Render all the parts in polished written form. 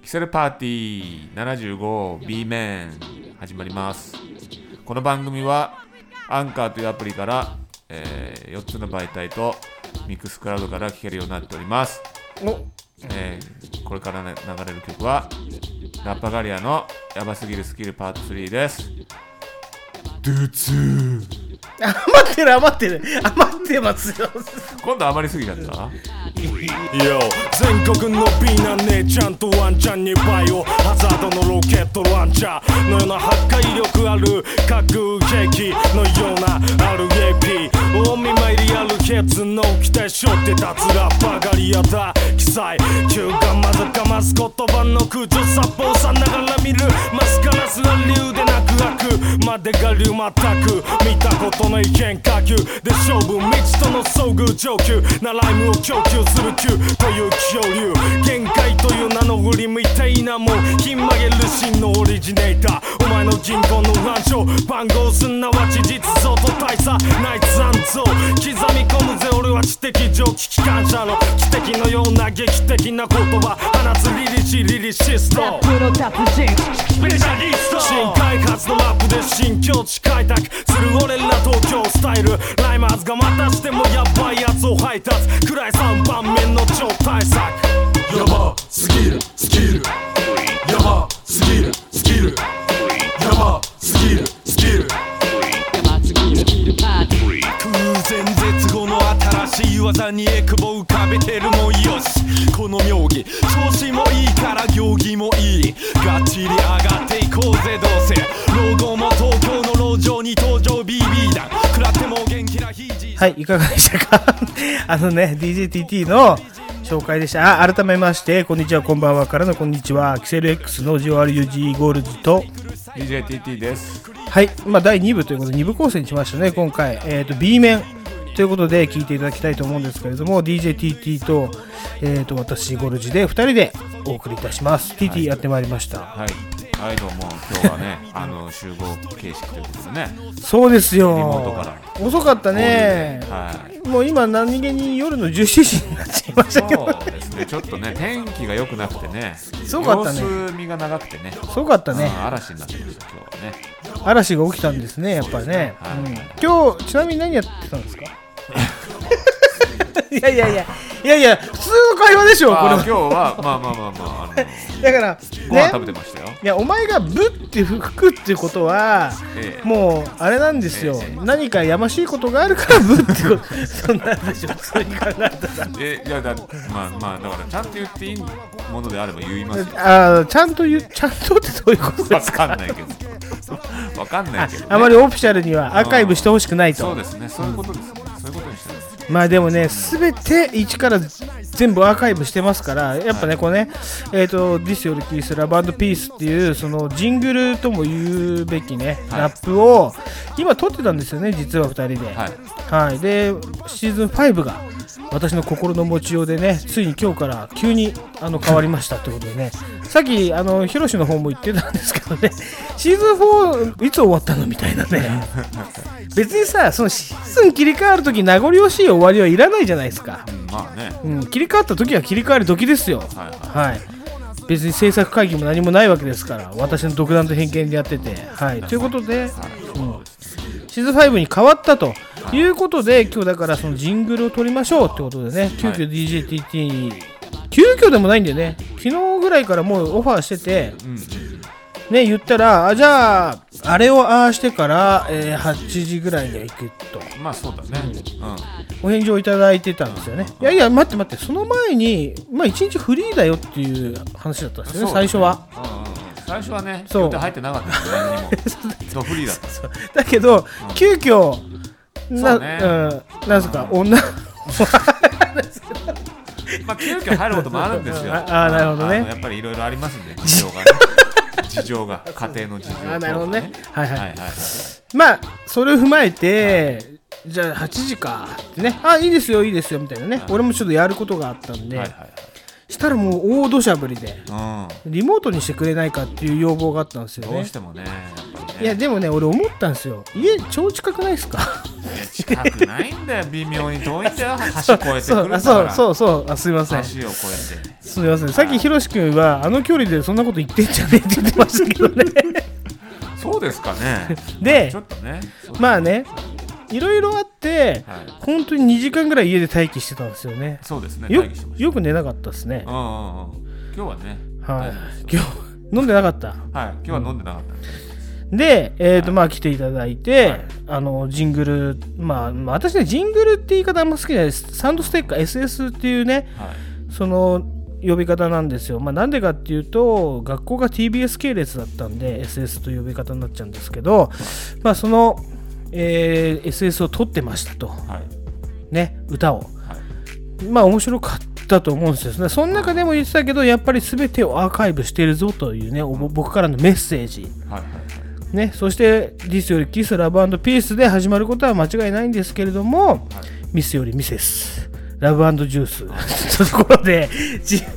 キセルパーティー 75B 面始まります。この番組はアンカーというアプリから、4つの媒体とミックスクラウドから聴けるようになっております。これから、流れる曲はラッパガリアのヤバすぎるスキルパート3です。ドゥツー余ってますよ。 今度余りすぎちゃった。 全国の美な姉ちゃんとワンちゃんにバイオハザードのロケットランチャーのような破壊力ある核兵器のような RAP お見舞いリアルケツの期待しょって立つラッパガリアだ記載急がまずかます言葉の空中殺法さながら見るマスカラスは竜でなく悪までが竜全く見たことない変化球で勝負未知との遭遇上級なライムを供給する級という恐竜限界という名の売りみたいなもんひん曲げる真のオリジネーターお前の銀行の暗証番号すなわち実像と大差内残像刻み込むぜ俺は知的上機機関車の知的のような劇的な言葉放つリリシストラップの達人スペシャリスト新開発のラップで新境地開拓する俺ら東京スタイルライマーズがまたしてもヤバいやつを配達暗い3番目の超大作ヤバすぎるスキルヤバすぎるスキルヤバすぎるスキル空前絶後の新しい技にエクボ浮かべてるもよしこの妙義調子もいいから行儀もいいがっちり上がっていこうぜどうせロゴも東京の路上に登場 BB 弾食らっても元気なヒージー。 はい、いかがでしたかDJTT の紹介でした。改めましてこんにちはこんばんはからのこんにちは。キセル X の GORUG ゴールズと DJTT です。 はい、第2部ということで2部構成にしましたね今回。B 面ということで聞いていただきたいと思うんですけれども DJTT と、私ゴルジで2人でお送りいたします。 TT やってまいりました。 はい、どうも今日はね集合形式ということでね。 そうですよ、 リモートから遅かったね、もう今何気に夜の17時になっちゃいましたけど。 そうですね、ちょっとね天気が良くなくてね、 そうかったね、 様子見が長くてね、 そうかったね、 嵐になってました今日はね。 嵐が起きたんですねやっぱりね、今日ちなみに何やってたんですかいや普通の会話でしょこれ。今日はだから、ね、 ご飯食べてましたよ。 いやお前がブって吹くっていうことは、もうあれなんですよ、何かやましいことがあるからブってことそんなんでしょ普通に考えたら。 いやだからちゃんと言っていいものであれば言いますよ。 ちゃんとってどういうことですか。 わかんないけどあまりオフィシャルにはアーカイブしてほしくないと。 そうですね、そういうことですね、そういうことにしてます。 まあでもね、すべて一から全部アーカイブしてますから、やっぱね、これね、This Your Kiss Love and Peace っていう、そのジングルとも言うべきね、ラップを今撮ってたんですよね、実は2人で。で、シーズン5が私の心の持ちようでね、ついに今日から急に変わりましたってことでね、さっきヒロシの方も言ってたんですけどね、シーズン4いつ終わったのみたいなね。別にさ、そのシーズン切り替わるとき名残惜しい終わりはいらないじゃないですか。切り替わったときは切り替わるときですよ。別に制作会議も何もないわけですから、私の独断と偏見でやってて、ということで、シーズン5に変わったということで、今日だからそのジングルを撮りましょうってことでね、急遽 DJTT 急遽でもないんだよね、昨日ぐらいからもうオファーしてて、ね、言ったら、じゃああれをしてから、8時ぐらいには行くと、 まあそうだね、 お返事をいただいてたんですよね。いや待ってその前に1日フリーだよっていう話だったんですよね、最初は。 最初はね、予定入ってなかったんで何にもそうフリーだった。 だけど、急遽なんですか、女急遽入ることもあるんですよ。 なるほどね。 やっぱりいろいろありますんで、事情が家庭の事情。 なるほどね。まあそれを踏まえて、じゃあ8時かってね、いいですよみたいなね、俺もちょっとやることがあったんで、したらもう大土砂降りで、リモートにしてくれないかっていう要望があったんですよね。 どうしてもね、やっぱりね。 いやでもね、俺思ったんですよ、家超近くないですか。 近くないんだよ、微妙に遠いんだよ、橋越えてくるから。 そうすいません、 橋を越えてすみません、さっきひろし君はあの距離でそんなこと言ってんじゃねえって言ってましたけどねそうですかね。 でちょっとね、 まあね、いろいろあって、 はい、 本当に2時間ぐらい家で待機してたんですよね。 そうですね。 よく寝なかったですね。 今日はね、 はい、今日飲んでなかった。 はい、今日は飲んでなかったんで、まあ来ていただいて、ジングル、まあ私ね、ジングルって言い方あんま好きじゃないです。サウンドステッカー SS っていうね、その呼び方なんですよ。まあなんでかっていうと、学校が TBS 系列だったんで SS という呼び方になっちゃうんですけど、まあその、SS を撮ってましたと、ね、歌を、まあ面白かったと思うんですよね。その中でも言ってたけど、やっぱり全てをアーカイブしてるぞというね、僕からのメッセージ、ね、そしてディスよりキス、ラブ&ピースで始まることは間違いないんですけれども、ミスよりミセス、ラブ&ジュースというところで申し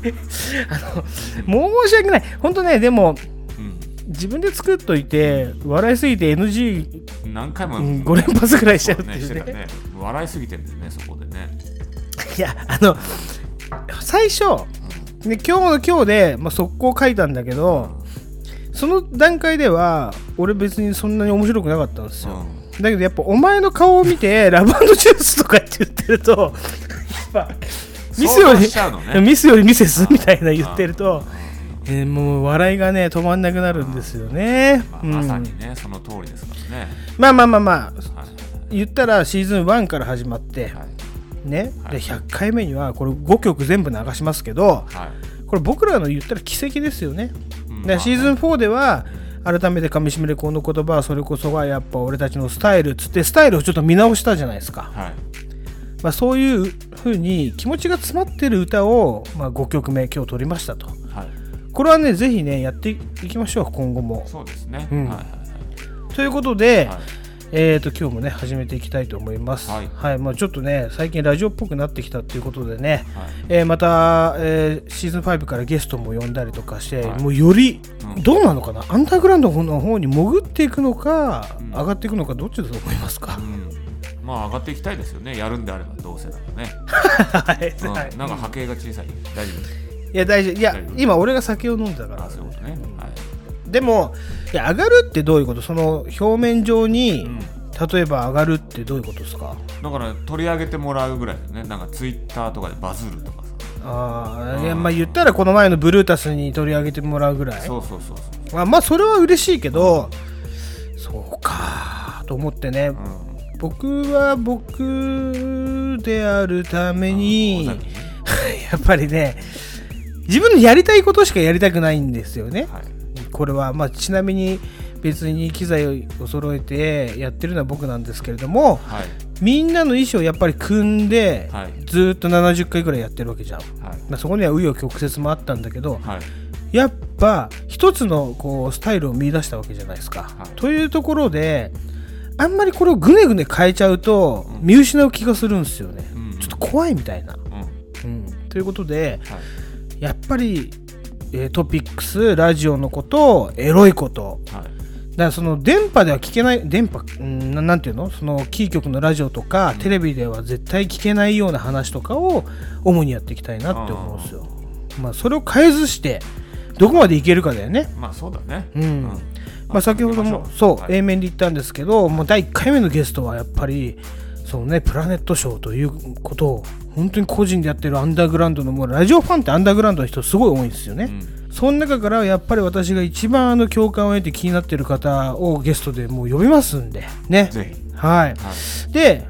訳ない、本当ね。でも、自分で作っといて笑いすぎて NG 何回も 5連発ぐらいしちゃうっていうね。 笑いすぎてるんですね、そこでね。 いや、最初、ね、今日の今日で、まあ、速攻書いたんだけど、その段階では俺別にそんなに面白くなかったんですよ。だけどやっぱお前の顔を見てラブ&ジュースとかって言ってるとやっぱミスよりミセスみたいな言ってると、もう笑いがね止まんなくなるんですよね。 まさにね、その通りですからね。 まあ、言ったらシーズン1から始まって、ね、で100回目にはこれ5曲全部流しますけど、これ僕らの言ったら奇跡ですよね。でシーズン4では改めて噛みしめるこの言葉はそれこそがやっぱ俺たちのスタイルつってスタイルをちょっと見直したじゃないですか。まあ、そういう風に気持ちが詰まってる歌を、まあ、5曲目今日取りましたと。これはねぜひねやっていきましょう今後も。 そうですね。 ということで、今日もね始めていきたいと思います。まあ、ちょっとね最近ラジオっぽくなってきたっていうことでね、また、シーズン5からゲストも呼んだりとかして、もうよりどうなのかな、アンダーグラウンドの方に潜っていくのか、上がっていくのか、どっちだと思いますか？ まあ上がっていきたいですよね、やるんであれば。どうせならねなんか波形が小さい。大丈夫です。 いや大丈夫。いや今俺が酒を飲んでたから。 そうですね。 でもいや上がるってどういうこと？その表面上に、例えば上がるってどういうことですか？ だから取り上げてもらうぐらいだよね。なんかツイッターとかでバズるとかさ。 いやまあ言ったらこの前のブルータスに取り上げてもらうぐらい。そうまあそれは嬉しいけど、そうかと思ってね、僕は僕であるためにやっぱりね自分のやりたいことしかやりたくないんですよね。これはまあちなみに別に機材を揃えてやってるのは僕なんですけれども、みんなの意思をやっぱり組んで、ずっと70回ぐらいやってるわけじゃん。まあ、そこには紆余曲折もあったんだけど、やっぱ一つのこうスタイルを見出したわけじゃないですか。というところであんまりこれをぐねぐね変えちゃうと見失う気がするんですよね。ちょっと怖いみたいな。ということで、やっぱりトピックス、ラジオのこと、エロいこと、だからその電波では聞けない、電波、なんていうの、そのキー局のラジオとか、テレビでは絶対聞けないような話とかを主にやっていきたいなって思うんですよ。まあそれを変えずしてどこまでいけるかだよね。 まあそうだね。 まあ先ほどもそう A 面で言ったんですけど、もう第1回目のゲストはやっぱりそうね、プラネットショーということを本当に個人でやってるアンダーグラウンドの、もうラジオファンってアンダーグラウンドの人すごい多いんですよね。その中からやっぱり私が一番共感を得て気になっている方をゲストでもう呼びますんでね。で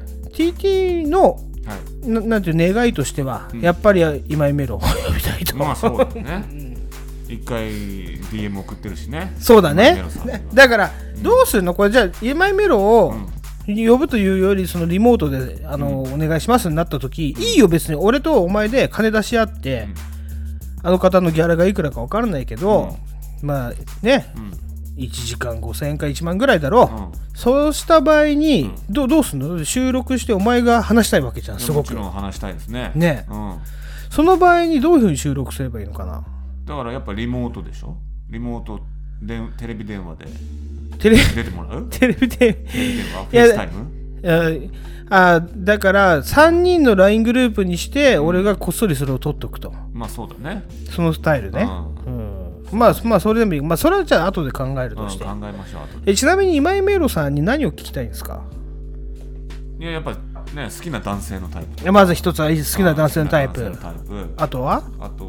TT の、なんていう願いとしては、やっぱり今井メロを呼びたいと。 まあそうだね。一回 DM 送ってるしね。 そうだね。だからどうするのこれ、じゃあ今井メロを呼ぶというより、そのリモートでお願いしますになった時、いいよ別に俺とお前で金出し合って、あの方のギャラがいくらか分からないけど、まあね、1時間5000円か1万ぐらいだろう。そうした場合にどうすんの？収録してお前が話したいわけじゃん。すごくもちろん話したいですね。 その場合にどういうふうに収録すればいいのかな。 だからやっぱリモートでしょ。リモートでテレビ電話で出てもらう？ テレビ電話フェイスタイム？ だから3人の LINE グループにして、俺がこっそりそれを取っとくと。 まあそうだね。 そのスタイルね。まあそれでもいい。まあそれはじゃあ後で考えるとして。 考えましょう。後で。 ちなみに今井メイロさんに何を聞きたいんですか？ いや、やっぱね、好きな男性のタイプ。 まず一つは好きな男性のタイプ。あとは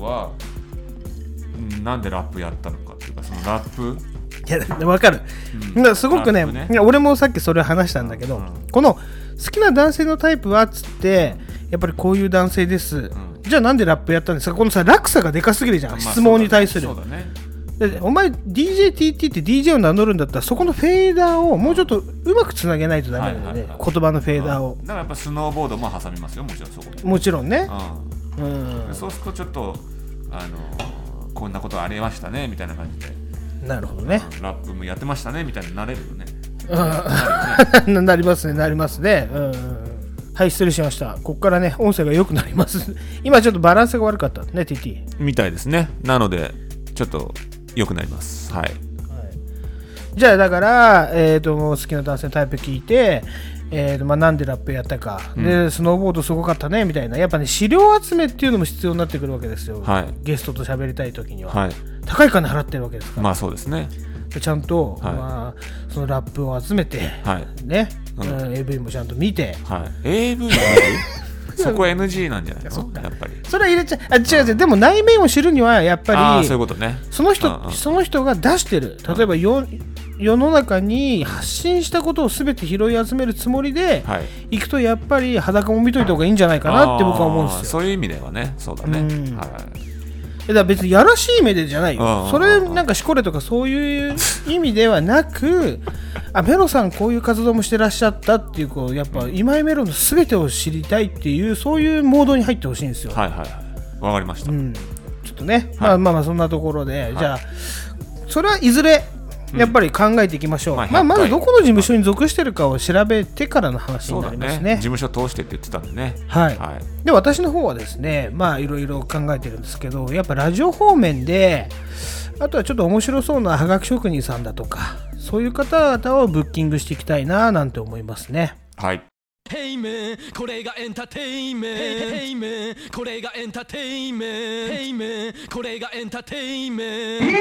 なんでラップやったのかっていうか、そのラップ。 いや、分かる。すごくね、いや俺もさっきそれを話したんだけど、この好きな男性のタイプはっつって、やっぱりこういう男性です。じゃあなんでラップやったんですか？このさ、落差がでかすぎるじゃん、質問に対する。 そうだね。 お前 DJTT って DJ を名乗るんだったら、そこのフェーダーをもうちょっとうまくつなげないとダメだよね、言葉のフェーダーを。 だからやっぱスノーボードも挟みますよ、もちろんそこで。 もちろんね。 そうするとちょっとこんなことありましたねみたいな感じで。 なるほどね。 ラップもやってましたねみたいになれるよね。 なりますね、なりますね。はい、失礼しました。ここからね、音声が良くなります。今ちょっとバランスが悪かったね、TT。 みたいですね。なので、ちょっと良くなります。はい。 じゃあ、だから、好きな男性のタイプ聞いて、なんでラップやったか、で、スノーボードすごかったね、みたいな。やっぱね、資料集めっていうのも必要になってくるわけですよ。ゲストと喋りたいときには。高い金払ってるわけですから。 まあそうですね。 ちゃんと、そのラップを集めて、ね、AV もちゃんと見て、 AV そこ NG なんじゃないの？やっぱりそれは入れちゃ違う、でも内面を知るにはやっぱりそういうことね。 その人が出してる、例えば世の中に発信したことを全て拾い集めるつもりでいくと、やっぱり裸も見といた方がいいんじゃないかなって僕は思うんですよ。 そういう意味ではね、そうだね。 だから別にやらしい目でじゃないよ。それなんかしこれとかそういう意味ではなく、メロさんこういう活動もしてらっしゃったっていう、やっぱ今井メロの全てを知りたいっていう、そういうモードに入ってほしいんですよ。 わかりました。ちょっとね、まあそんなところで、じゃあそれはいずれやっぱり考えていきましょう。まずどこの事務所に属してるかを調べてからの話になりますね。 事務所通してって言ってたんでね。 で、私の方はですね、いろいろ考えてるんですけど、やっぱラジオ方面で、あとはちょっと面白そうなはがき職人さんだとか、そういう方々をブッキングしていきたいななんて思いますね。 はい。 Hey man これがエンターテインメント Hey man これがエンターテインメント Hey man これがエンターテインメント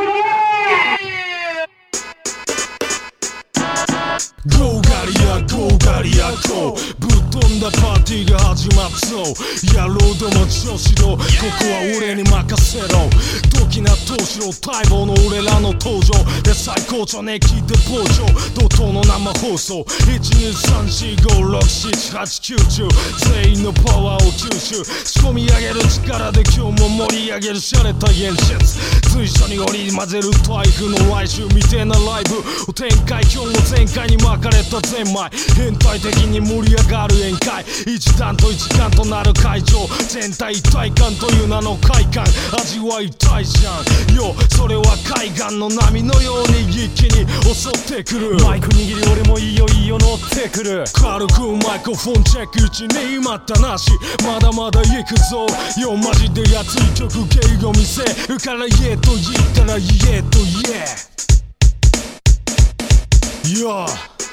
ゴーガリアゴーガリアゴーぶっ飛んだパーティーが始まっそう野郎ども調子ろここは俺に任せろドキな投資ろ待望の俺らの登場で最高潮ね聞いて傍聴怒涛の生放送 12345678910 全員のパワーを吸収仕込み上げる力で今日も盛り上げる洒落た演出随所に織り交ぜる台風の来週みてえなライブ展開今日も前回に巻かれたゼンマイ変態的に盛り上がる宴会一段と一丸となる会場全体一体感という名の快感味わいたいじゃんよそれは海岸の波のように一気に襲ってくるマイク握り俺もいいよいいよ乗ってくる軽くマイクフォンチェック1に待ったなしまだまだ行くぞよマジで熱い曲芸を見せるから言えと言ったら言えと言えYeah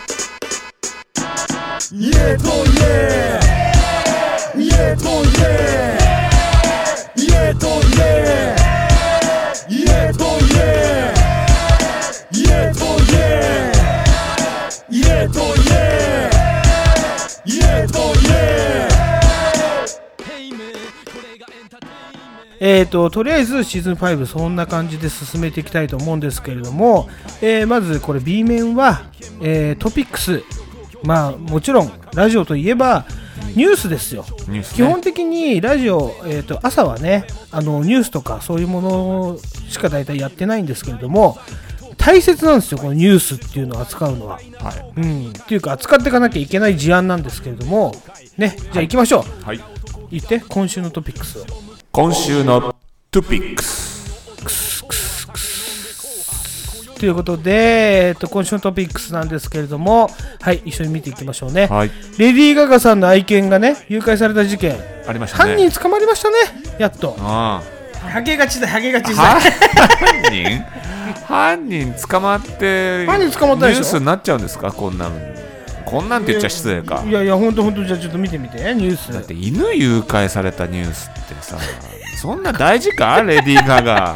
Yeah to yeah Yeah to yeah Yeah to yeah Yeah to yeah Yeah to yeah Yeah to yeah Yeah to yeah とりあえずシーズン5そんな感じで進めていきたいと思うんですけれども、まずこれ B 面は、トピックスもちろんラジオといえばニュースですよ。基本的にラジオ、朝はねニュースとかそういうものしか大体やってないんですけれども大切なんですよこのニュースっていうのを扱うのは、っていうか扱っていかなきゃいけない事案なんですけれどもね。じゃあ行きましょう。言って今週のトピックスを。 今週のトピックスということで、今週のトピックスなんですけれども、一緒に見ていきましょうね。レディー・ガガさんの愛犬がね誘拐された事件ありましたね。 犯人捕まりましたね。やっとハゲがちだ犯人捕まってニュースになっちゃうんですか。こんなんって言っちゃ失礼か。 いやほんとじゃあちょっと見てみてニュース。 だって犬誘拐されたニュースってさそんな大事かレディー・ガガ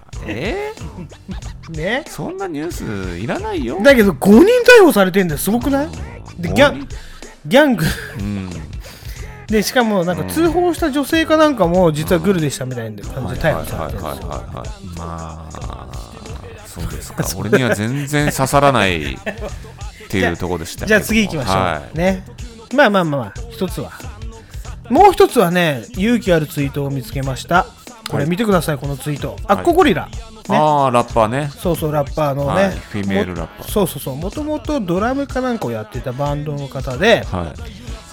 ね、 そんなニュースいらないよ。 だけど5人逮捕されてんだよ。すごくない？でギャングで、しかもなんか通報した女性かなんかも実はグルでしたみたいな感じで逮捕されてるんですよ。 まあそうですか。俺には全然刺さらないっていうところでしたけど。 じゃあ次行きましょう、 はい、 ね。まあ一つはもう一つはね、勇気あるツイートを見つけました。これ見てください、このツイート。アッコゴリラ、ね、 ああラッパーね。 そうそう、ラッパーのね、 はい、フィメールラッパー。 そうもともとドラムかなんかをやってたバンドの方で、 はい、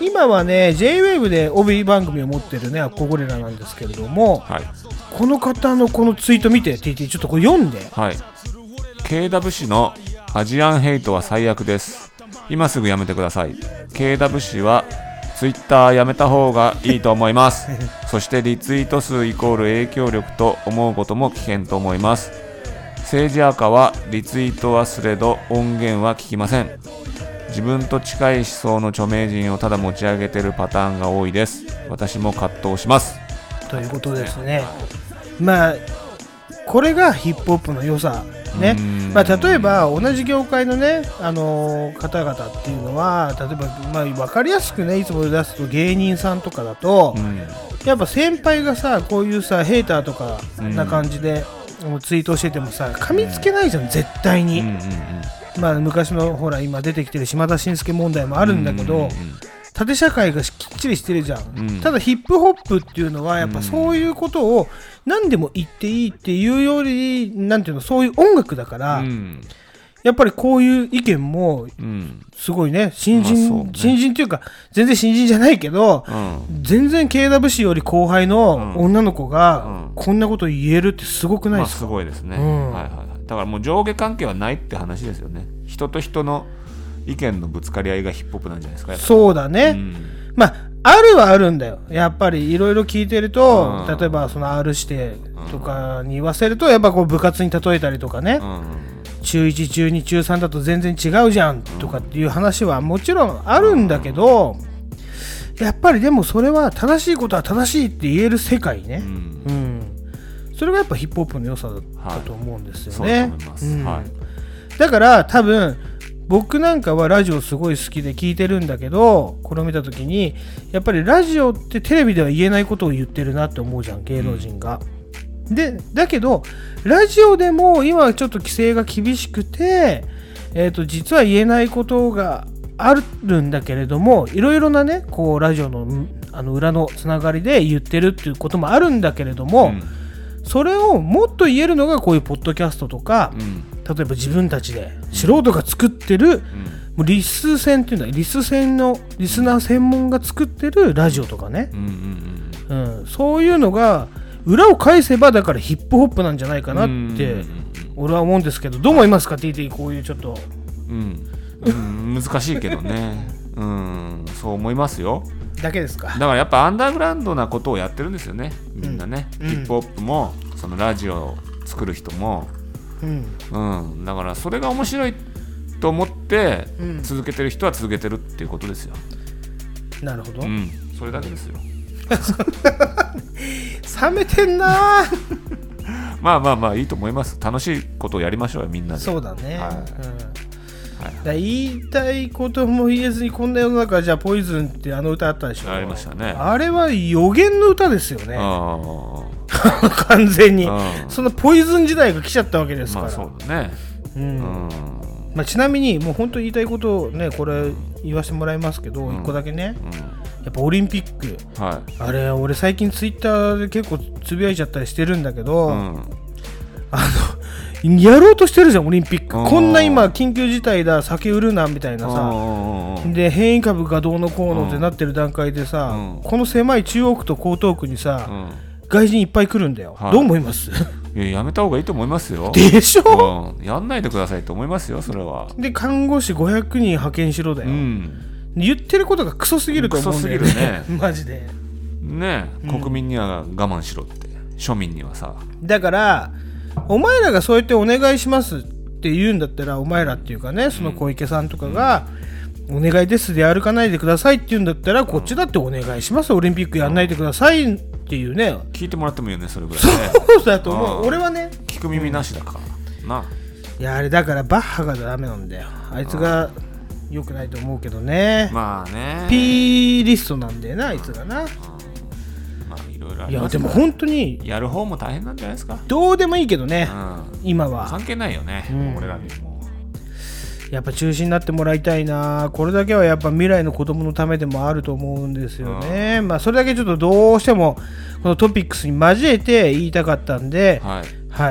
今はね J-WAVE で帯番組を持ってるねアッコゴリラなんですけれども、 はい、 この方のこのツイート見て TT ちょっとこれ読んで。 はい。 KW 氏のアジアンヘイトは最悪です。今すぐやめてください。 KW 氏はツイッターやめた方がいいと思いますそしてリツイート数イコール影響力と思うことも危険と思います。政治赤はリツイートはすれど音源は聞きません。自分と近い思想の著名人をただ持ち上げてるパターンが多いです。私も葛藤しますということですね。まあこれがヒップホップの良さね。まあ、例えば同じ業界のね、方々っていうのは、例えば、まあ、分かりやすくねいつも出すと芸人さんとかだと、やっぱ先輩がさこういうさヘイターとかな感じで、ツイートしててもさ噛みつけないじゃん絶対に。まあ、昔のほら今出てきてる島田紳介問題もあるんだけど、縦社会がきっちりしてるじゃん、ただヒップホップっていうのはやっぱそういうことを何でも言っていいっていうよりなんていうの、そういう音楽だから、やっぱりこういう意見もすごいね、新人っていうか全然新人じゃないけど、全然 KW 氏より後輩の女の子がこんなこと言えるってすごくないですか？ すごいですね、だからもう上下関係はないって話ですよね。人と人の意見のぶつかり合いがヒップホップなんじゃないですか。 そうだね、まああるはあるんだよ。やっぱりいろいろ聞いてると、例えばその R 指定とかに言わせるとやっぱこう部活に例えたりとかね、中1中2中3だと全然違うじゃんとかっていう話はもちろんあるんだけど、やっぱりでもそれは正しいことは正しいって言える世界ね、それがやっぱヒップホップの良さだと思うんですよね。だから多分僕なんかはラジオすごい好きで聞いてるんだけど、これを見た時にやっぱりラジオってテレビでは言えないことを言ってるなって思うじゃん、芸能人が。でだけどラジオでも今ちょっと規制が厳しくて、実は言えないことがあるんだけれども、いろいろなねこうラジオの裏のつながりで言ってるっていうこともあるんだけれども、それをもっと言えるのがこういうポッドキャストとか、例えば自分たちで素人が作ってる、もうリス戦っていうんだ、リス戦のリスナー専門が作ってるラジオとかね、そういうのが裏を返せばだからヒップホップなんじゃないかなって俺は思うんですけど、どう思いますか TT。 こういうちょっと難しいけどねそう思いますよ。 だけですか。 だからやっぱアンダーグラウンドなことをやってるんですよね、みんなね、ヒップホップもそのラジオを作る人も、だからそれが面白いと思って続けてる人は続けてるっていうことですよ。 なるほど、 それだけですよ。 冷めてんなまあいいと思います。楽しいことをやりましょうよみんなで。 そうだね、だ言いたいことも言えずにこんな世の中じゃポイズンって歌あったでしょ。 ありましたね。 あれは予言の歌ですよね。完全にそのポイズン時代が来ちゃったわけですから。 そうだね。 ちなみにもう本当に言いたいことをねこれ言わせてもらいますけど、一個だけね、やっぱオリンピック、あれ俺最近ツイッターで結構つぶやいちゃったりしてるんだけど、やろうとしてるじゃんオリンピック。こんな今緊急事態だ酒売るなみたいなさ、で変異株がどうのこうのってなってる段階でさ、この狭い中央区と江東区にさ、外人いっぱい来るんだよ、どう思います？ やめた方がいいと思いますよ。 でしょ、 やんないでくださいと思いますよそれは。で看護師500人派遣しろだよ、言ってることがクソすぎると思うんだよねマジでね、国民には我慢しろって庶民にはさ。だからお前らがそうやってお願いしますって言うんだったら、お前らっていうかねその小池さんとかが、お願いですで歩かないでくださいって言うんだったら、こっちだってお願いしますオリンピックやんないでくださいっっていうね。 聞いてもらってもいいよね、それぐらいね。 そうだと思う。俺はね、 聞く耳なしだからな。 いやあれだからバッハがダメなんだよ。あいつが良くないと思うけどね。 まあね。 P リストなんだよな、あいつがな。 まあいろいろあいやりますからでも本当にやる方も大変なんじゃないですか。 どうでもいいけどね、今は関係ないよね、俺らにも。 やっぱ中止になってもらいたいな。これだけはやっぱ未来の子供のためでもあると思うんですよね。まあそれだけちょっとどうしてもこのトピックスに交えて言いたかったんで、はい、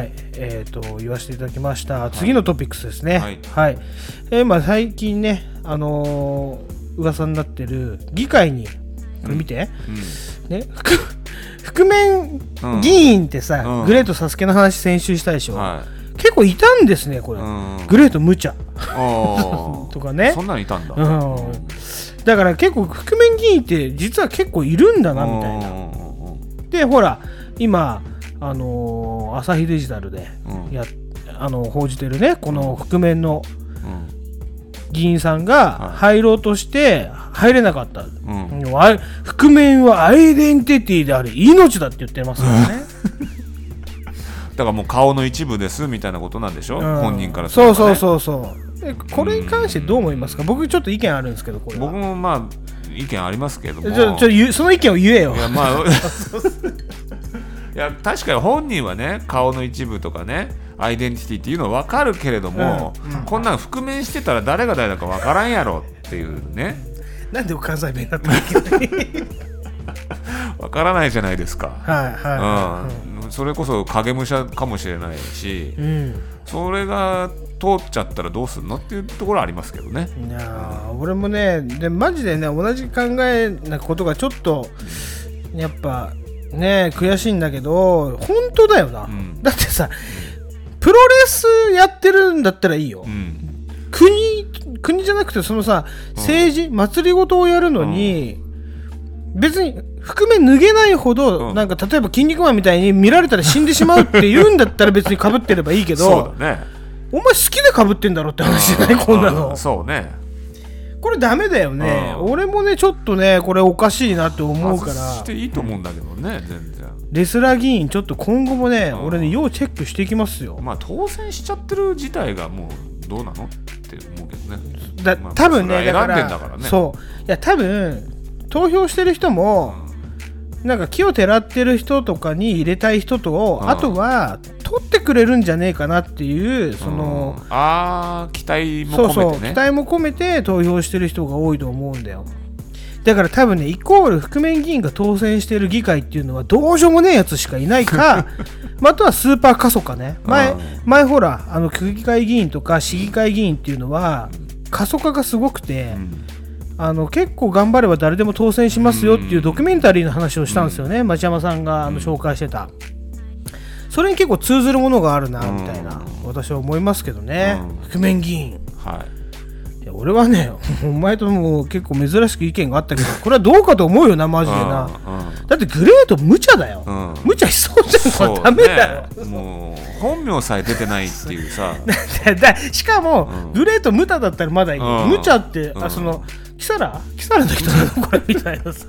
言わせていただきました。次のトピックスですね。はい。まあ最近ね、噂になってる議会にこれ見て、ね、覆面議員ってさ、グレートサスケの話先週したでしょ。結構いたんですね、これ。グレート無茶とかね。 そんなにいたんだ。 だから結構覆面議員って実は結構いるんだなみたいな。でほら今朝日デジタルで報じてるね、この覆面の議員さんが入ろうとして入れなかった、覆面はアイデンティティであり命だって言ってますからね。 だからもう顔の一部ですみたいなことなんでしょ、本人からすればね。そうこれに関してどう思いますか。僕ちょっと意見あるんですけど、これは僕もまあ意見ありますけども、 その意見を言えよ。 いやまあいや確かに本人はね、顔の一部とかね、アイデンティティっていうのは分かるけれども、こんなん覆面してたら誰が誰だか分からんやろっていうね。 なんで関西弁だったんだっけ。 分からないじゃないですか。それこそ影武者かもしれないし、それが通っちゃったらどうするのっていうところはありますけどね。 いや俺もね、でマジでね、同じ考えなことがちょっとやっぱね悔しいんだけど、本当だよな。だってさ、プロレスやってるんだったらいいよ。国じゃなくてそのさ、政治、祭りごとをやるのに、別に覆面脱げないほど、なんか例えば筋肉マンみたいに見られたら死んでしまうって言うんだったら別に被ってればいいけど、 そうだね、 お前好きで被ってんだろって話じゃない、こんなの。 そうね、 これダメだよね。俺もねちょっとねこれおかしいなって思うから、 外していいと思うんだけどね、全然。 レスラー議員ちょっと今後もね、俺ね要チェックしていきますよ。 まあ当選しちゃってる自体がもうどうなのって思うけどね。 多分ね、 選んでんだからね。 そういや多分投票してる人も、なんか木をてらってる人とかに入れたい人と、あとは取ってくれるんじゃねえかなっていう、その期待も込めてね。 そう期待も込めて投票してる人が多いと思うんだよ。だから多分ね、イコール覆面議員が当選してる議会っていうのはどうしようもねえやつしかいないかあとはスーパー過疎化ね。前ほら区議会議員とか市議会議員っていうのは過疎化がすごくて、結構頑張れば誰でも当選しますよっていうドキュメンタリーの話をしたんですよね、町山さんが紹介してた。それに結構通ずるものがあるなみたいな、私は思いますけどね、覆面議員。いや俺はね、お前とも結構珍しく意見があったけど、これはどうかと思うよな、マジでな。だってグレート無茶だよ、無茶しそうじゃん、これダメだよ。 もう本名さえ出てないっていうさしかも、グレート無茶だったらまだいい、無茶って、そのキサラの人なのこれみたいなさ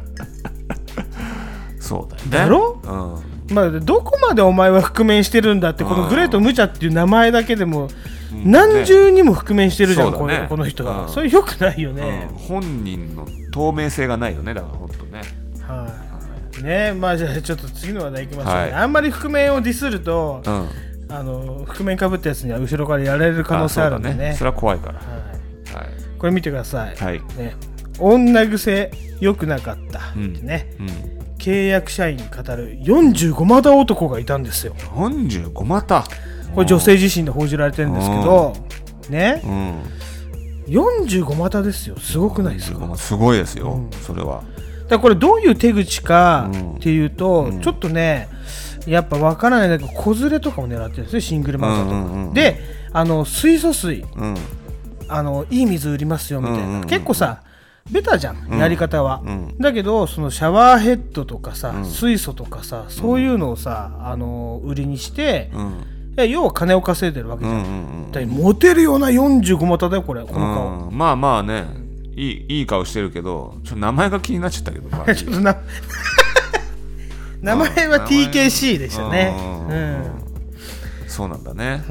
そうだよね。 だろ、まあ、どこまでお前は覆面してるんだって、このグレート無茶っていう名前だけでも何重にも覆面してるじゃん、この人が。それよくないよね。 本人の透明性がないよね、だから本当ね。 ね、まあじゃあちょっと次の話題いきましょうね。あんまり覆面をディスると、覆面かぶったやつには後ろからやられる可能性あるんでね。 それは怖いから。 これ見てください。女癖良くなかったってね。契約社員に語る45股男がいたんですよ。 45股、 これ女性自身で報じられてるんですけど、ね、45股ですよ。すごくないですか。 すごいですよ、それは。 だからこれどういう手口かっていうと、ちょっとねやっぱ分からないんだけど、子連れとかを狙ってるんですね、シングルマザーとかで、水素水、いい水売りますよみたいな、結構さベタじゃん、やり方は。だけどそのシャワーヘッドとかさ、水素とかさ、そういうのをさ売りにして、要は金を稼いでるわけじゃん。だからモテるような45股だよこの顔。 まあまあね、いい顔してるけど、ちょっと名前が気になっちゃったけど、 ちょっと名前は TKC でしたね。 そうなんだね。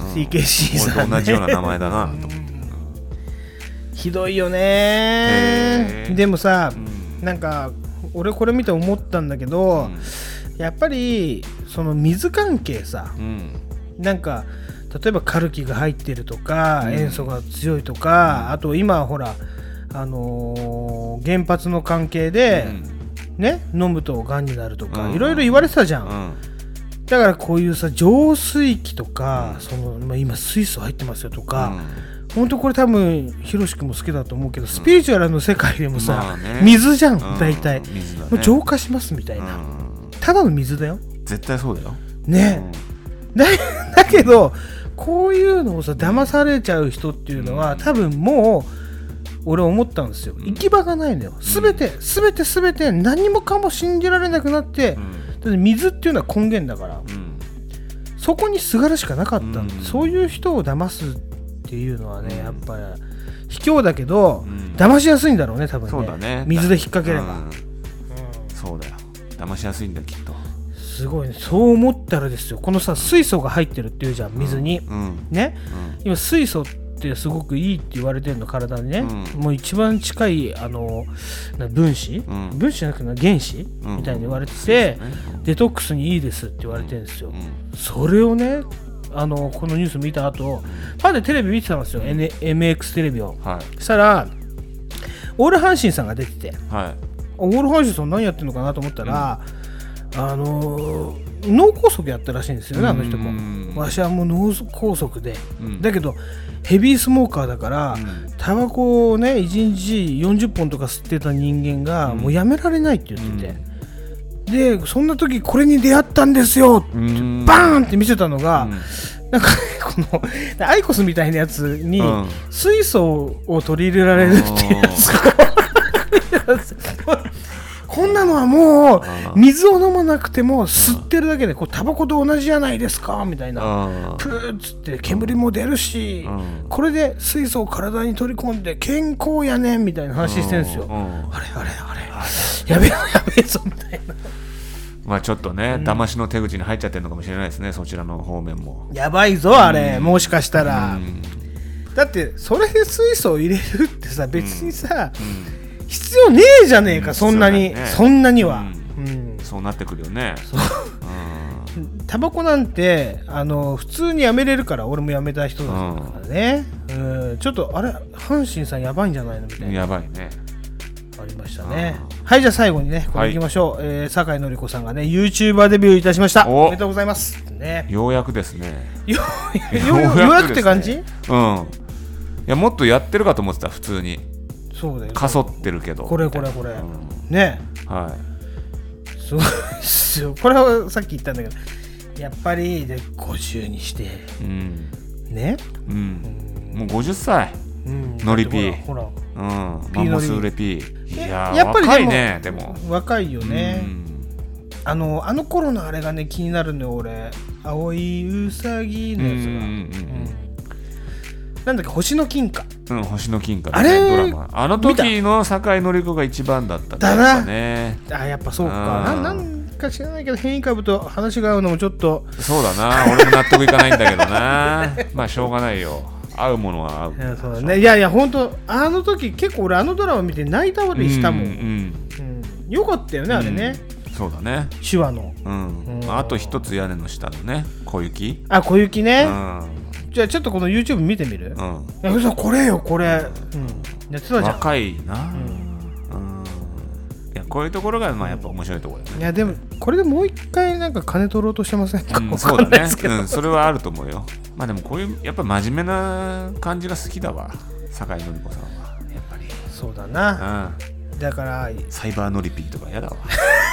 TKC さんね。 俺と同じような名前だなと。 ひどいよね。でもさ、なんか俺これ見て思ったんだけど、やっぱりその水関係さ、なんか例えばカルキが入ってるとか、塩素が強いとか、あと今ほら原発の関係で、ね、飲むとがんになるとか、いろいろ言われてたじゃん。だからこういうさ浄水器とか、今水素入ってますよとか、本当これ多分ひろし君も好きだと思うけど、スピリチュアルの世界でもさ、水じゃん大体、もう浄化しますみたいな、ただの水だよ、 絶対そうだよね。だけどこういうのをさ騙されちゃう人っていうのは、多分もう俺思ったんですよ、行き場がないのよ。すべて何もかも信じられなくなって、だって水っていうのは根源だから、そこにすがるしかなかったんだ。そういう人を騙すっていうのはね、やっぱり卑怯だけど、騙しやすいんだろうね多分ね。 そうだね、 水で引っ掛ければ、 そうだよ、騙しやすいんだきっと。 すごいね。そう思ったらですよ、このさ水素が入ってるっていうじゃん水に、ね、今水素ってすごくいいって言われてるの体にね、もう一番近い分子、分子じゃなくて原子みたいに言われてて、デトックスにいいですって言われてるんですよ。それをねこのニュース見た後、まだテレビ見てたんですよ、MX テレビを。そしたらオール阪神さんが出てて、オール阪神さん何やってるのかなと思ったら、脳梗塞やったらしいんですよね、あの人も。私はもう脳梗塞で、だけどヘビースモーカーだから、タバコをね1日40本とか吸ってた人間がもうやめられないって言ってて、でそんな時これに出会ったんですよってバーンって見せたのが、なんかこのアイコスみたいなやつに水素を取り入れられるっていうやつこんなのはもう水を飲まなくても吸ってるだけでこうタバコと同じじゃないですかみたいな、プーッつって煙も出るし、これで水素を体に取り込んで健康やねんみたいな話してるんですよ。あれやべえぞみたいな。 まあちょっとね、騙しの手口に入っちゃってるのかもしれないですね、そちらの方面も。 やばいぞあれ、もしかしたら。だってそれで水素を入れるってさ、別にさ、必要ねえじゃねえか、そんなには、 そうなってくるよね。 タバコなんて普通にやめれるから、俺もやめた人だからね、ちょっとあれ阪神さんやばいんじゃないのみたいな。 やばいね、 ありましたね。はい、じゃあ最後にねこれいきましょう。酒井紀子さんがね YouTuber デビューいたしました。おめでとうございますね。 ようやくですね。 ようやくって感じ？ いやもっとやってるかと思ってた、普通に。 そうだよ、 かそってるけどこれ、ね、すごいっすよ。これはさっき言ったんだけど、やっぱりで50にして、ね、 もう50歳、ノリピー、 ほら、 マンモスーレピー、いややっぱり若いね。でも若いよね。あの頃のあれがね気になるのよ俺。青いうさぎのやつが、なんだっけ、星の金貨。 星の金貨、 あれドラマ。あの時の酒井紀子が一番だったね。 やっぱそうか。なんか知らないけど変異株と話が合うのもちょっと。 そうだな、俺も納得いかないんだけどな。まあしょうがないよ。合うものは合う。 そうだね。いや本当あの時結構俺あのドラマ見て泣いたりしたもん。よかったよねあれね。 そうだね。 手話の。 あと一つ屋根の下のね、小雪。 小雪ね。じゃあちょっとこの YouTube 見てみる？これよこれ。やってたじゃん。 若いな。いやこういうところがまあやっぱ面白いところだね。 いやでもこれでもう一回なんか金取ろうとしてませんか？ そうだね。それはあると思うよ。まあでもこういうやっぱ真面目な感じが好きだわ、酒井紀子さんはやっぱり。 そうだな。だからサイバーノリピーとかやだわ。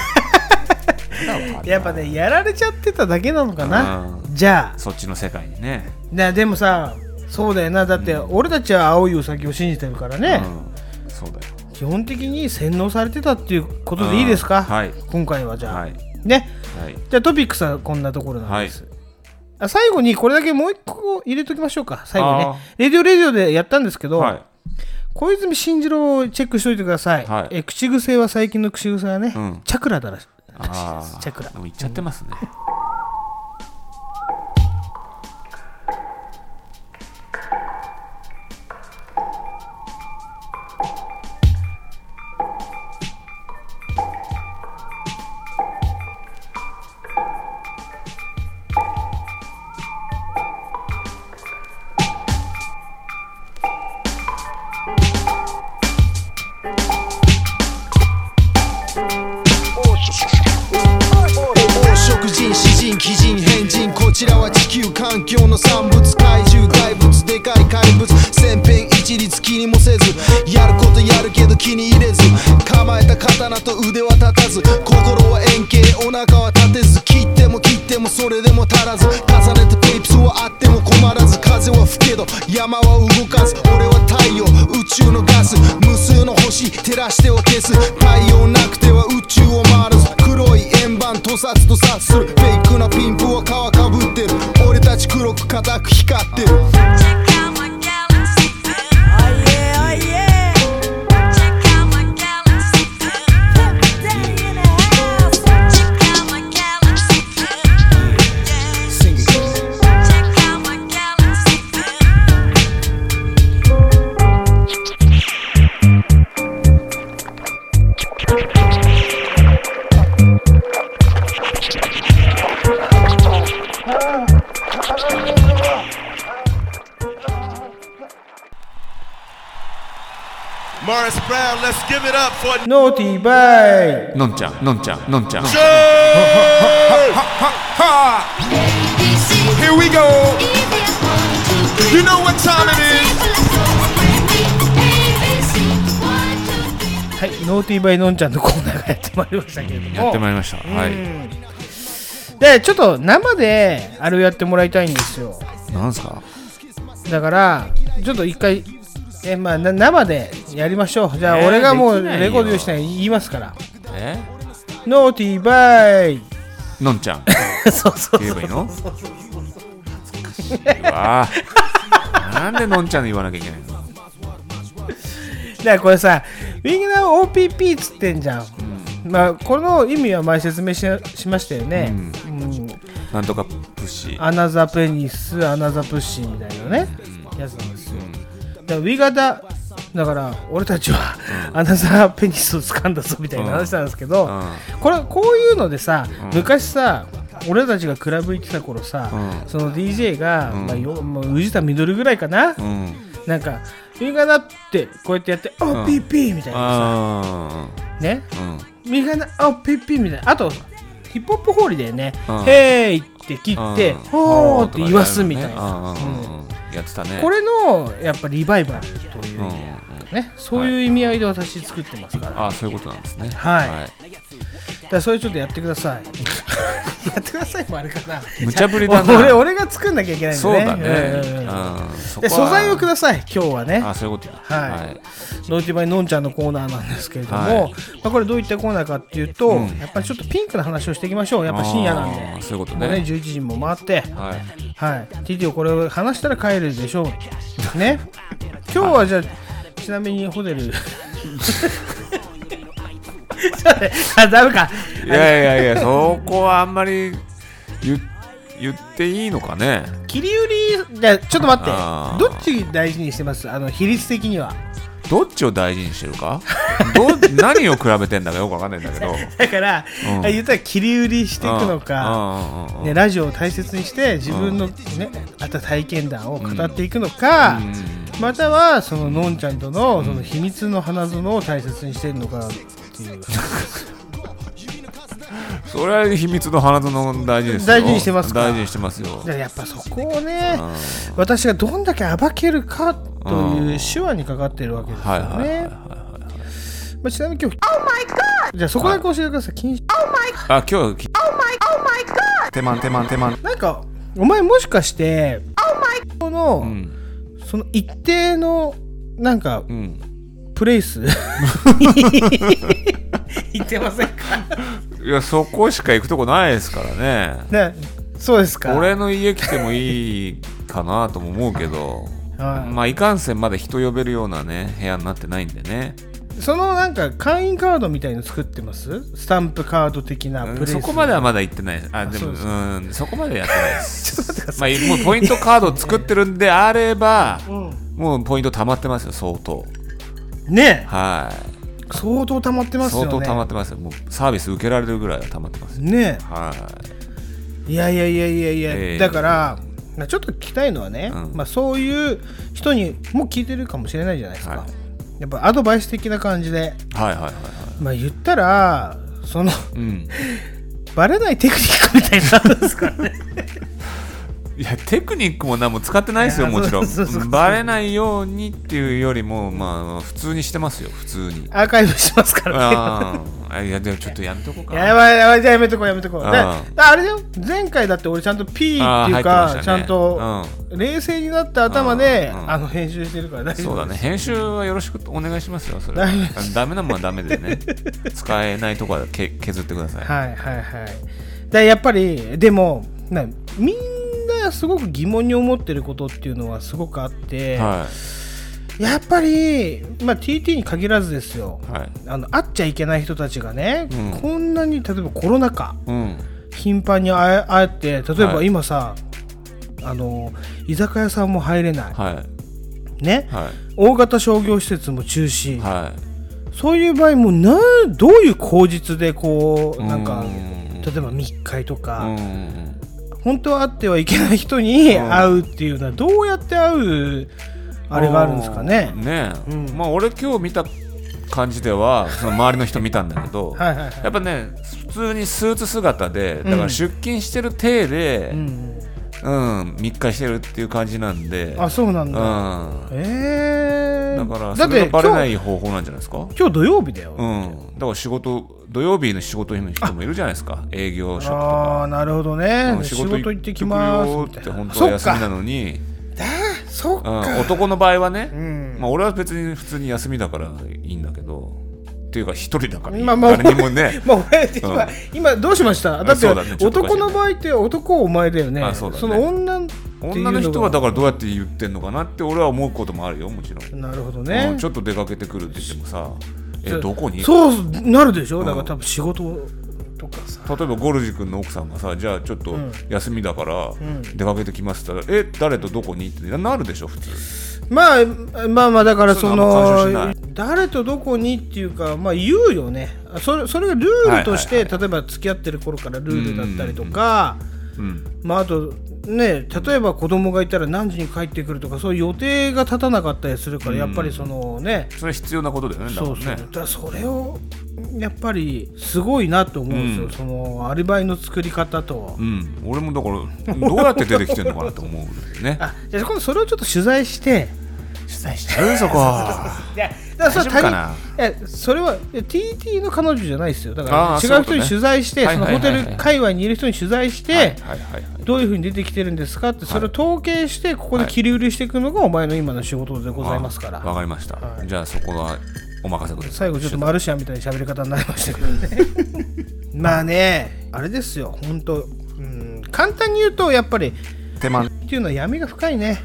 やっぱねやられちゃってただけなのかな。じゃあそっちの世界にね。 でもさ、そうだよな。だって俺たちは青いウサギを信じてるからね。 そうだよ。基本的に洗脳されてたっていうことでいいですか？今回はじゃあね。じゃあトピックスはこんなところなんです。最後にこれだけもう一個入れときましょうか。最後にね、レディオでやったんですけど、小泉進次郎をチェックしておいてください。口癖は最近の口癖はね、チャクラだらしい。 あチャクラでも行っちゃってますね、 奇人変人こちらは地球環境の産物怪獣大仏でかい怪物千変一律気にもせずやることやるけど気に入れず構えた刀と腕は立たず心は円形お腹は立てず切っても切ってもそれでも足らず重ねたテープスはあっても困らず風は吹けど山は動かず俺は太陽宇宙のガス無数の星照らしては消す太陽なくては宇宙を回らず黒い円盤屠殺と察するフェイクなピンプは皮かぶってる俺たち黒く固く光ってるノーティーバイのんちゃんのんちゃんのんちゃん Here we go. You know what time it is. はい、ノーティーバイのんちゃんのコーナーがやってまいりましたけれどもやってまいりました、はいで、ちょっと生であれをやってもらいたいんですよ。 なんすかだからちょっと一回まあ、生でやりましょう。じゃあ俺がもうレコード用意したら言いますからノーティーバイのんちゃんそうそう言えばいいのうわなんでのんちゃんで言わなきゃいけないのだからこれさウィングナー OPP っつってんじゃん、まあこの意味は前説明 しましたよね、 なんとかプッシーアナザペニスアナザプッシーみたいなね、やつなんですよ、だからウィガダだから俺たちは、アナザーペニスを掴んだぞみたいな話なんですけど、こういうのでさ、昔さ俺たちがクラブ行ってた頃さ、その DJ が、もう宇治田ミドルぐらいかな、なんかウィガダってこうやってやってOPP みたいなさね、ウィガダOPP みたいな、あとヒップホップホーリーでね、ヘイって切ってホーって言わすみたいな、 やってたね。 これのやっぱリバイバルという、ね、そういう意味合いで私作ってますから、 あ、そういうことなんですね。 はい、だからそれちょっとやってくださいやってくださいもあれかな、 無茶ぶりだな。 俺が作んなきゃいけないんでね。 そうだね、 で素材をください今日はね。 あ、そういうことはい、ノーティバイのんちゃんのコーナーなんですけれども、これどういったコーナーかっていうと、やっぱりちょっとピンクの話をしていきましょう。やっぱ深夜なんで、 そういうことね。 もうね11時も回って、TT をこれを話したら帰るでしょうね。今日はじゃあちなみにホテルあ、ダメか。 いやそこはあんまり言っていいのかね。 切り売り、じゃちょっと待って、どっち大事にしてます？比率的にはどっちを大事にしてるか何を比べてんだかよくわかんないんだけどだから、言ったら切り売りしていくのか、ね、ラジオを大切にして自分の、ね、あった体験談を語っていくのか、またはそののんちゃんとの、その秘密の花園を大切にしてるのかっていうそれは秘密の花園大事ですよ。 大事にしてますか？大事にしてますよ。 やっぱそこをね、私がどんだけ暴けるかという手話にかかっているわけですよね。ちなみに今日じゃあそこだけ教えてください。今日手間なんかお前もしかしてこの、その一定のなんか、プレイス言ってませんか？ いや、そこしか行くとこないですからね。 そうですか。 俺の家来てもいいかなとも思うけど、まあいかんせんまだ人呼べるようなね部屋になってないんでね。 そのなんか会員カードみたいの作ってます？スタンプカード的なプレイス、 そこまではまだ行ってないです。でもそこまでやってないですちょっと待ってください。 もうポイントカードを作ってるんであれば、もうポイント溜まってますよ、相当。 ね、 はい、 相当溜まってますよね。 相当溜まってますよ。もうサービス受けられるぐらいは溜まってますよね。 はい。 いや、だからちょっと聞きたいのはね、そういう人にも聞いてるかもしれないじゃないですか、やっぱアドバイス的な感じで、言ったらその、バレないテクニックみたいになるんですかね。 いやテクニックも何も使ってないですよ、もちろん。バレないようにっていうよりも、普通にしてますよ、普通に。 アーカイブしますからね。 いやでもちょっとやめとこうかな。 やばい、じゃあやめとこう。あれだよ、前回だって俺ちゃんと P っていうか、ちゃんと冷静になった頭で編集してるから大丈夫。 そうだね、編集はよろしくお願いしますよ。それダメなものはダメでね。使えないところは削ってください。 でやっぱりでもみんなすごく疑問に思ってることっていうのはすごくあって、やっぱり、TT に限らずですよ、会っちゃいけない人たちがね、こんなに例えばコロナ禍、頻繁に会って、例えば今さ、居酒屋さんも入れない、ね、大型商業施設も中止、そういう場合もどういう口実でこうなんか例えば密会とか、本当は会ってはいけない人に会うっていうのはどうやって会うあれがあるんですかね。 俺今日見た感じではその周りの人見たんだけどやっぱね普通にスーツ姿でだから出勤してる体で密会してるっていう感じなんで。 あ、そうなんだ。 だからそれがバレない方法なんじゃないですか。 今日土曜日だよ。 だから土曜日の仕事の人もいるじゃないですか、営業職とか。 なるほどね。仕事行ってきますみたいな。 本当は休みなのに。 そっか。 男の場合はね、俺は別に普通に休みだからいいんだけど、っていうか一人だから誰にもね。 今どうしました？だって男の場合って男お前だよね。その女の人はだからどうやって言ってんのかなって俺は思うこともあるよ、もちろん。 なるほどね。 ちょっと出かけてくるって言ってもさ、どこに？ そうなるでしょ。だから多分仕事とかさ、 例えばゴルジ君の奥さんがさ、じゃあちょっと休みだから出かけてきますって言ったら、誰とどこにってなるでしょ普通。 だからその誰とどこにっていうか言うよね。それがルールとして、例えば付き合ってる頃からルールだったりとか、あとね、例えば子供がいたら何時に帰ってくるとか、そういう予定が立たなかったりするから、やっぱりそのね、 それ必要なことだよね。 だからそれをやっぱりすごいなと思うんですよ、そのアリバイの作り方と。 俺もだからどうやって出てきてるのかなと思うんだよね。 じゃあ今度それをちょっと取材してしちゃうそこ。 大丈夫かな。それは TT の彼女じゃないですよ。だから違う人に取材して、そのホテル界隈にいる人に取材して、どういうふうに出てきてるんですかって、それを統計してここで切り売りしていくのがお前の今の仕事でございますから。 わかりました。じゃあそこはお任せください。 最後ちょっとマルシアンみたいな喋り方になりましたけどね。あれですよ、本当、簡単に言うとやっぱり手間っていうのは闇が深いね。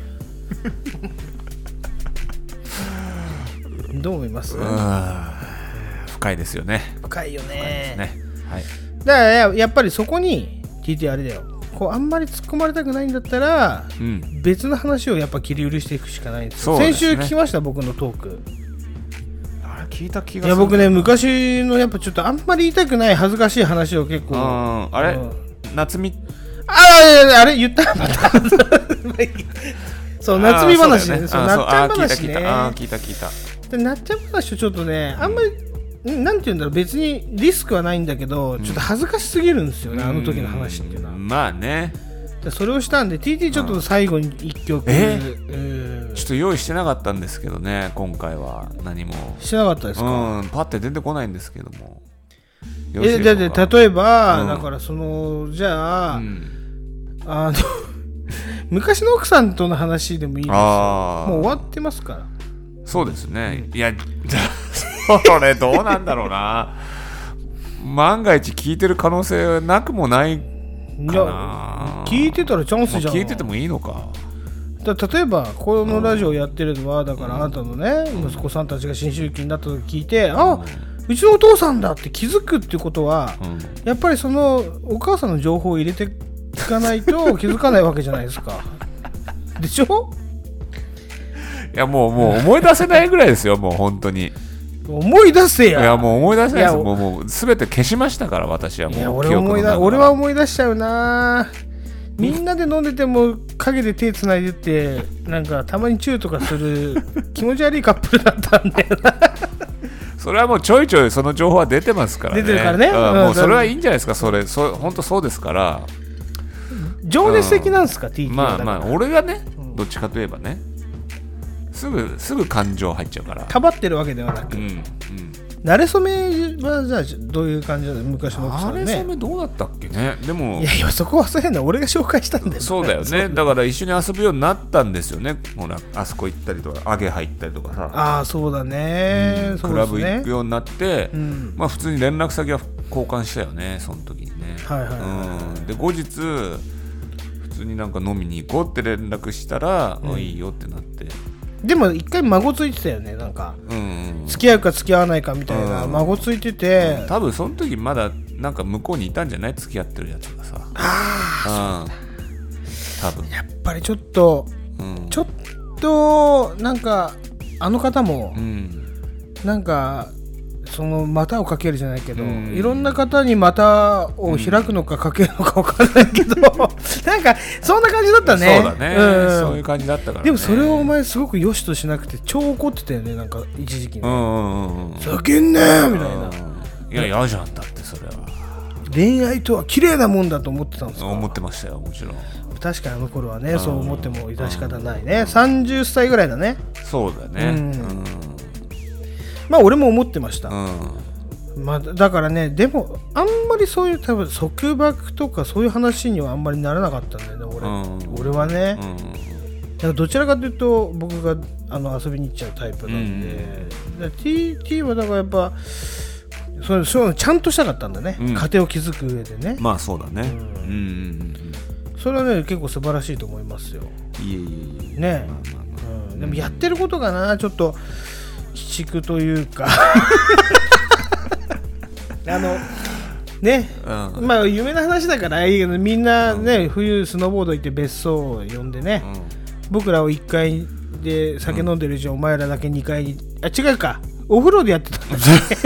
どう思います？ 深いですよね。 深いよね。 だからやっぱりそこに TT あれだよ、こうあんまり突っ込まれたくないんだったら、別の話をやっぱ切り売りしていくしかないんですよ。先週聞きました、僕のトーク。 聞いた気がする。 いや僕ね、昔のやっぱちょっとあんまり言いたくない恥ずかしい話を結構。 あれ夏美、 あれ言ったまた。そう、夏美話ね。そう、なっちゃん話ね。 聞いた。 でなっちゃん話とちょっとね、あんまりなんて言うんだろう、別にリスクはないんだけど、ちょっと恥ずかしすぎるんですよね、あの時の話っていうのは。 まあね。 それをしたんで TT ちょっと最後に1曲、 ちょっと用意してなかったんですけどね、今回は何もしてなかったですか。 パッて出てこないんですけども。 だって例えば、だからそのじゃあ、昔の奥さんとの話でもいいですよ。もう終わってますから。 そうですね。いや、じゃあそれどうなんだろうな。万が一聞いてる可能性なくもないかな。 聞いてたらチャンスじゃん。 聞いててもいいのか。 例えばこのラジオやってるのはだからあなたのね息子さんたちが新周期になったと聞いて、うちのお父さんだって気づくっていうことは、やっぱりそのお母さんの情報を入れていかないと気づかないわけじゃないですか。でしょ？ いやもう思い出せないぐらいですよもう本当に。 思い出せや。 いやもう思い出せないです。もう全て消しましたから私はもう。いや俺は思い出しちゃうな。みんなで飲んでても陰で手つないでってなんかたまにチューとかする気持ち悪いカップルだったんだよな。 それはもうちょいちょいその情報は出てますからね。 出てるからね。 もうそれはいいんじゃないですか。本当そうですから。 情熱的なんですか、TT は。 まあ俺がね、どっちかといえばね、すぐ感情入っちゃうから。 かばってるわけではなく。慣れ初めはじゃあどういう感じだったの昔の奥さんね。 慣れ初めどうだったっけね。でもいやそこはそうやな、俺が紹介したんだよ。 そうだよね。だから一緒に遊ぶようになったんですよね。ほらあそこ行ったりとかアゲ入ったりとかさ。 ああそうだね、 クラブ行くようになって、まあ普通に連絡先は交換したよねその時にね。で後日普通になんか飲みに行こうって連絡したら、いいよってなって。 でも一回孫ついてたよね、なんか、付き合うか付き合わないかみたいな、孫ついてて、 多分その時まだなんか向こうにいたんじゃない、付き合ってるやつがさ。多分やっぱりちょっとなんかあの方も、なんかその股をかけるじゃないけど、いろんな方に股を開くのかかけるのか分からないけど、なんかそんな感じだったね。 そうだね、そういう感じだったからね。 でもそれをお前すごく良しとしなくて超怒ってたよね、なんか一時期ね。ふざけんねーみたいな。 いや嫌じゃんだってそれは。 恋愛とは綺麗なもんだと思ってたんですか？ 思ってましたよもちろん。 確かにあの頃はね、そう思っても致し方ないね。30歳ぐらいだね。 そうだね。 まあ俺も思ってました。まあだからね、でもあんまりそういう多分束縛とかそういう話にはあんまりならなかったんだよね、俺はね。だからどちらかというと僕が遊びに行っちゃうタイプなんで、TT はだからやっぱそういうのちゃんとしたかったんだね、家庭を築く上でね。 まあそうだね。 それはね結構素晴らしいと思いますよ。ね。でもやってることがなちょっと鬼畜というかね、まあ有名な話だからいいけど、みんなね、冬スノーボード行って別荘を呼んでね、僕らを1階で酒飲んでるうちにお前らだけ2階に、違うか、お風呂でやってたんだ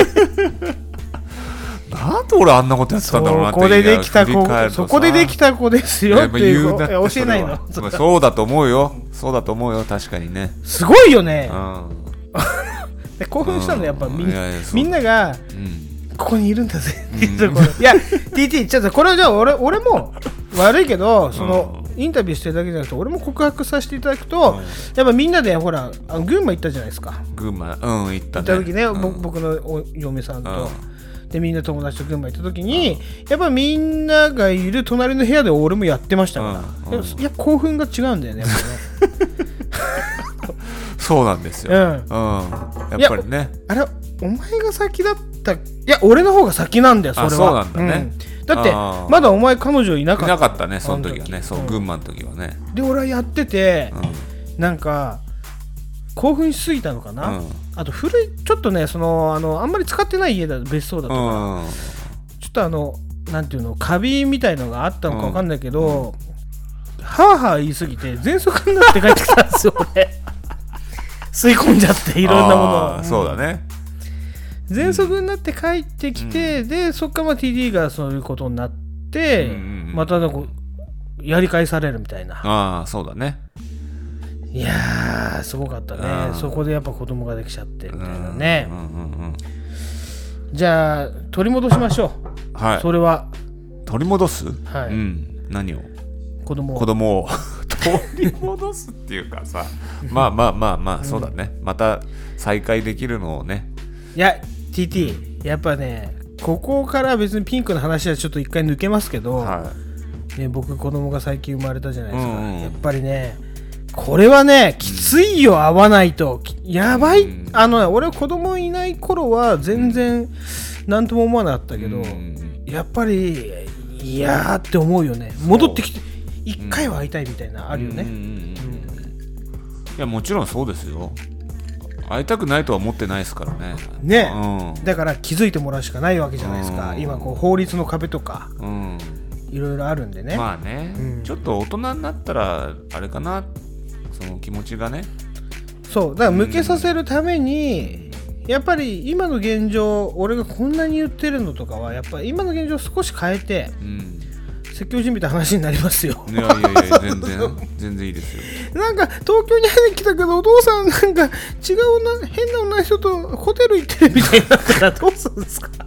なんで俺あんなことやってたんだろうなって。 そこでできた子ですよっていう教えないの。 そうだと思うよ確かにね。すごいよね。興奮したのやっぱみんながここにいるんだぜっていうところ。いや TT ちょっとこれはじゃあ俺も悪いけど、そのインタビューしてるだけじゃなくて俺も告白させていただくと、やっぱみんなでほら群馬行ったじゃないですか。 群馬行った時ね、僕のお嫁さんとでみんな友達と群馬行った時に、やっぱみんながいる隣の部屋で俺もやってましたから、いや興奮が違うんだよねやっぱね。 そうなんですよ。やっぱりね。 あれお前が先だった。いや俺の方が先なんだよそれは。 そうなんだね。 だってまだお前彼女いなかった。 いなかったねその時はね。そう群馬の時はね。 で俺はやってて、なんか興奮しすぎたのかな。あと古いちょっとねあんまり使ってない家だ別荘だとか、ちょっとなんていうのカビみたいのがあったのか分かんないけど、はぁはぁ言いすぎて喘息になって帰ってきたんですよ俺。吸い込んじゃっていろんなものを。 そうだね。 喘息になって帰ってきて、でそっからTD がそういうことになって、またなんかやり返されるみたいな。 そうだね。 いやーすごかったね。そこでやっぱ子供ができちゃってみたいなね。じゃあ取り戻しましょう。はい。それは取り戻す？ はい。 何を？ 子供を取り戻すっていうかさ、まあそうだね。また再会できるのをね。いや TT やっぱね、ここから別にピンクの話はちょっと一回抜けますけど、ね、僕子供が最近生まれたじゃないですか。やっぱりねこれはねきついよ、会わないとやばい。俺子供いない頃は全然何とも思わなかったけど、やっぱりいやーって思うよね。戻ってきて一回は会いたいみたいなあるよね。 やもちろんそうですよ。会いたくないとは思ってないですからね。 ね、 うん、 だから気づいてもらうしかないわけじゃないですか。今こう法律の壁とかいろいろあるんでね。 まあね、ちょっと大人になったらあれかな、その気持ちがね。 そうだから向けさせるために、やっぱり今の現状、俺がこんなに言ってるのとかはやっぱり今の現状を少し変えて、説教じみた話になりますよ。 いや全然いいですよ。 なんか東京に会いに来たけどお父さんなんか違う変な女の人とホテル行ってるみたいになったらどうするんですか。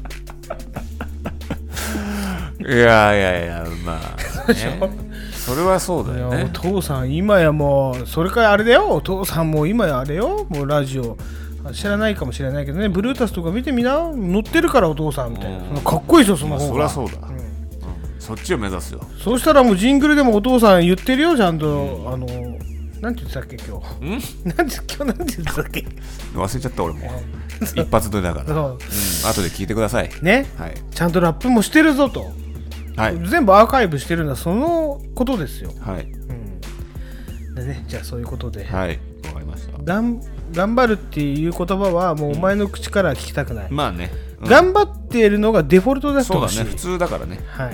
いやまあ、ね、それはそうだよね。 お父さん今やもうそれからあれだよ、お父さんも今やあれよ、もうラジオ知らないかもしれないけどね、ブルータスとか見てみな、乗ってるからお父さんみたいな、かっこいいですよその方が。 まあ、そりゃそうだ、そっちを目指すよ。 そうしたらもうジングルでもお父さん言ってるよちゃんと、なんて言ってたっけ今日。なんて言ってたっけ。 忘れちゃった俺も。一発撮りだから。後で聞いてください。 ね、はい。ちゃんとラップもしてるぞと。はい。全部アーカイブしてるのはそのことですよ。はい。でね、じゃあそういうことで。 はい。わかりました。 頑張るっていう言葉はもうお前の口からは聞きたくない。 まあね。 頑張っているのがデフォルトだとほしい。 そうだね。普通だからね。 はい。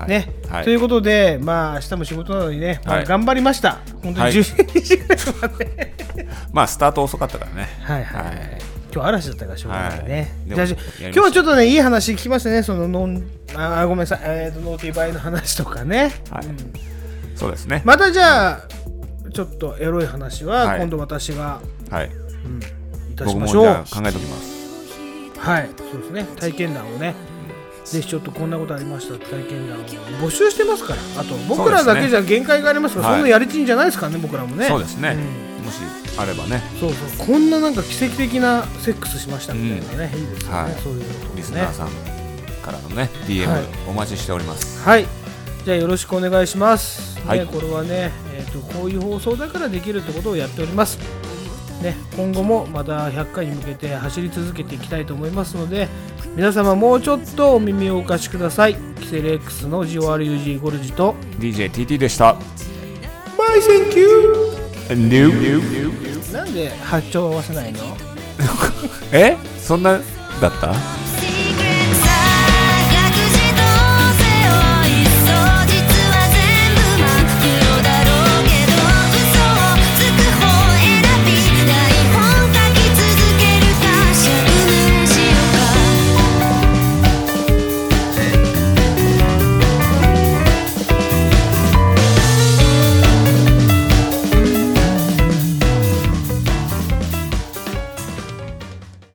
ね、ということで、まあ明日も仕事なのにね、頑張りました。本当に12時ぐらいまで。 まあスタート遅かったからね。 はいはい。今日嵐だったからしょうがないね。じゃあ今日はちょっとねいい話聞きましたね。そのごめんなさい、ノーティーバイの話とかね。 はい。そうですね。 またじゃあちょっとエロい話は今度私がいたしましょう。 僕もじゃあ考えておきます。 はい、そうですね。体験談をね。ぜひちょっとこんなことありました体験談を募集してますから。あと僕らだけじゃ限界がありますから、そんなやりちんじゃないですからね、僕らもね。 そうですね、もしあればね。 そうそう、こんななんか奇跡的なセックスしましたみたいなね、いいですよね、そういうことね。 リスナーさんからのね DM お待ちしております。 はい、じゃあよろしくお願いします。これはね、こういう放送だからできるってことをやっておりますね。今後もまた100回に向けて走り続けていきたいと思いますので、皆様もうちょっとお耳をお貸しください。キセル X の GORUG ゴルジと DJTT でした。 バイセンキュー。 なんで波長合わせないの？ そんなだった？